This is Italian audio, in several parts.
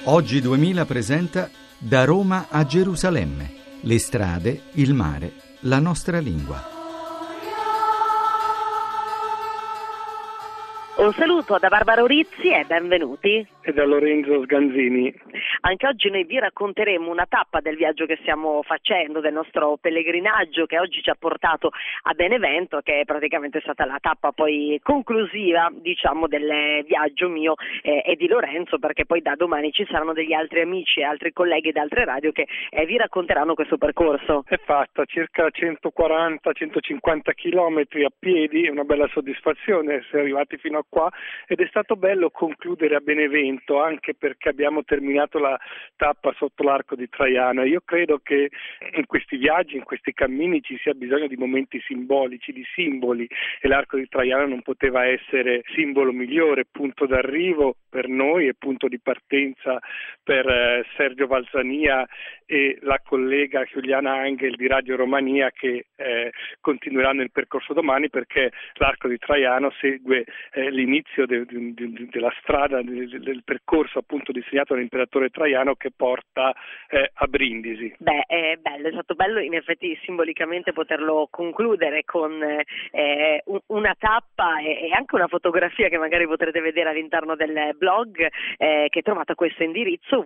Oggi 2000 presenta Da Roma a Gerusalemme. Le strade, il mare, la nostra lingua. Un saluto da Barbara Urizzi e benvenuti. E da Lorenzo Sganzini. Anche oggi noi vi racconteremo una tappa del viaggio che stiamo facendo, del nostro pellegrinaggio che oggi ci ha portato a Benevento, che è praticamente stata la tappa poi conclusiva, diciamo, del viaggio mio e di Lorenzo, perché poi da domani ci saranno degli altri amici e altri colleghi da altre radio che vi racconteranno questo percorso. È fatta circa 140-150 chilometri a piedi, è una bella soddisfazione essere arrivati fino a qua ed è stato bello concludere a Benevento, anche perché abbiamo terminato la tappa sotto l'arco di Traiano. Io credo che in questi viaggi, in questi cammini ci sia bisogno di momenti simbolici, di simboli, e l'arco di Traiano non poteva essere simbolo migliore, punto d'arrivo per noi e punto di partenza per Sergio Valsania e la collega Giuliana Angel di Radio Romania, che continueranno il percorso domani, perché l'arco di Traiano segue l'inizio della strada, del percorso appunto disegnato dall'imperatore Traiano che porta a Brindisi. Beh, è bello, è stato bello in effetti simbolicamente poterlo concludere con una tappa e anche una fotografia che magari potrete vedere all'interno del blog che trovate a questo indirizzo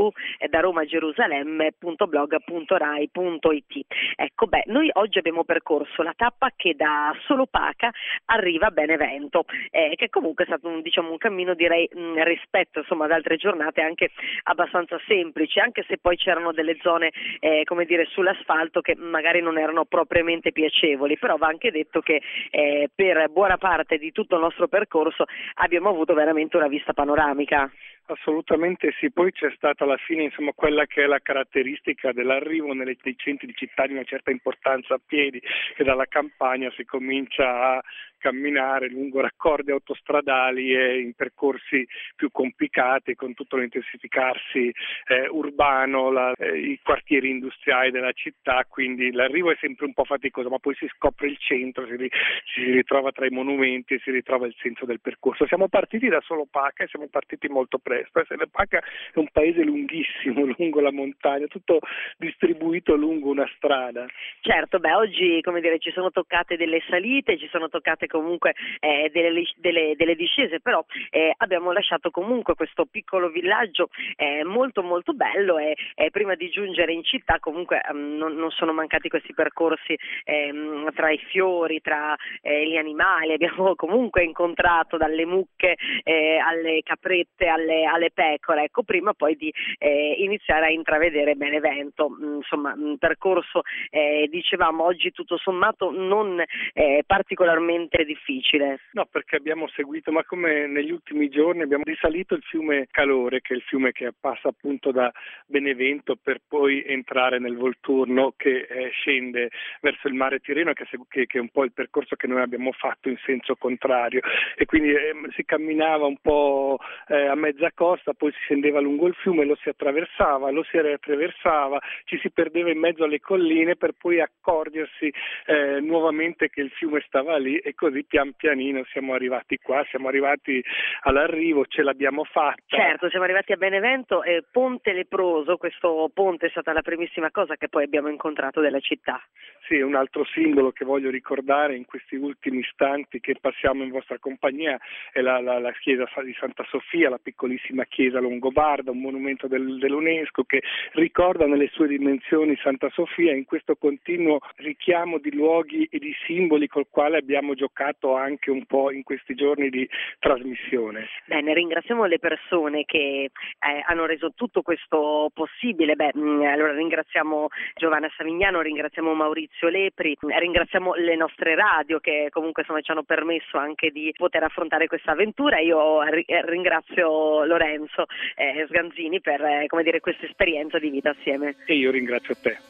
www.daromagerusalemme.blog.rai.it. Ecco, beh, noi oggi abbiamo percorso la tappa che da Solopaca arriva a Benevento, che comunque è stato un cammino, direi, rispetto insomma ad altre giornate anche abbastanza semplici, anche se poi c'erano delle zone sull'asfalto che magari non erano propriamente piacevoli, però va anche detto che per buona parte di tutto il nostro percorso abbiamo avuto veramente una vista panoramica. Assolutamente sì, poi c'è stata alla fine insomma quella che è la caratteristica dell'arrivo nei centri di città di una certa importanza a piedi, che dalla campagna si comincia a camminare lungo raccordi autostradali e in percorsi più complicati, con tutto l'intensificarsi urbano, i quartieri industriali della città, quindi l'arrivo è sempre un po' faticoso, ma poi si scopre il centro, si ritrova tra i monumenti e si ritrova il senso del percorso. Siamo partiti da Solopaca e siamo partiti molto presto. Solopaca è un paese lunghissimo, lungo la montagna, tutto distribuito lungo una strada. Certo, beh, oggi ci sono toccate delle salite, ci sono toccate comunque delle discese, però abbiamo lasciato comunque questo piccolo villaggio molto molto bello e prima di giungere in città comunque non sono mancati questi percorsi tra i fiori, tra gli animali. Abbiamo comunque incontrato dalle mucche alle caprette, alle pecore, ecco, prima poi di iniziare a intravedere Benevento. Insomma, un percorso dicevamo oggi tutto sommato non particolarmente difficile. No, perché abbiamo seguito, ma come negli ultimi giorni abbiamo risalito il fiume Calore, che è il fiume che passa appunto da Benevento per poi entrare nel Volturno, che scende verso il mare Tirreno, che è un po' il percorso che noi abbiamo fatto in senso contrario, e quindi si camminava un po' a mezza costa, poi si scendeva lungo il fiume, lo si attraversava, lo si riattraversava, ci si perdeva in mezzo alle colline per poi accorgersi nuovamente che il fiume stava lì, e così pian pianino siamo arrivati qua, siamo arrivati all'arrivo, ce l'abbiamo fatta. Certo, siamo arrivati a Benevento, Ponte Leproso, questo ponte è stata la primissima cosa che poi abbiamo incontrato della città. Sì, un altro simbolo che voglio ricordare in questi ultimi istanti che passiamo in vostra compagnia è la chiesa di Santa Sofia, la piccolissima chiesa longobarda, un monumento dell'UNESCO che ricorda nelle sue dimensioni Santa Sofia, in questo continuo richiamo di luoghi e di simboli col quale abbiamo giocato anche un po' in questi giorni di trasmissione. Bene, ringraziamo le persone che hanno reso tutto questo possibile. Allora ringraziamo Giovanna Savignano, ringraziamo Maurizio Lepri, ringraziamo le nostre radio che comunque ci hanno permesso anche di poter affrontare questa avventura. Io ringrazio Lorenzo Sganzini per questa esperienza di vita assieme. E io ringrazio te.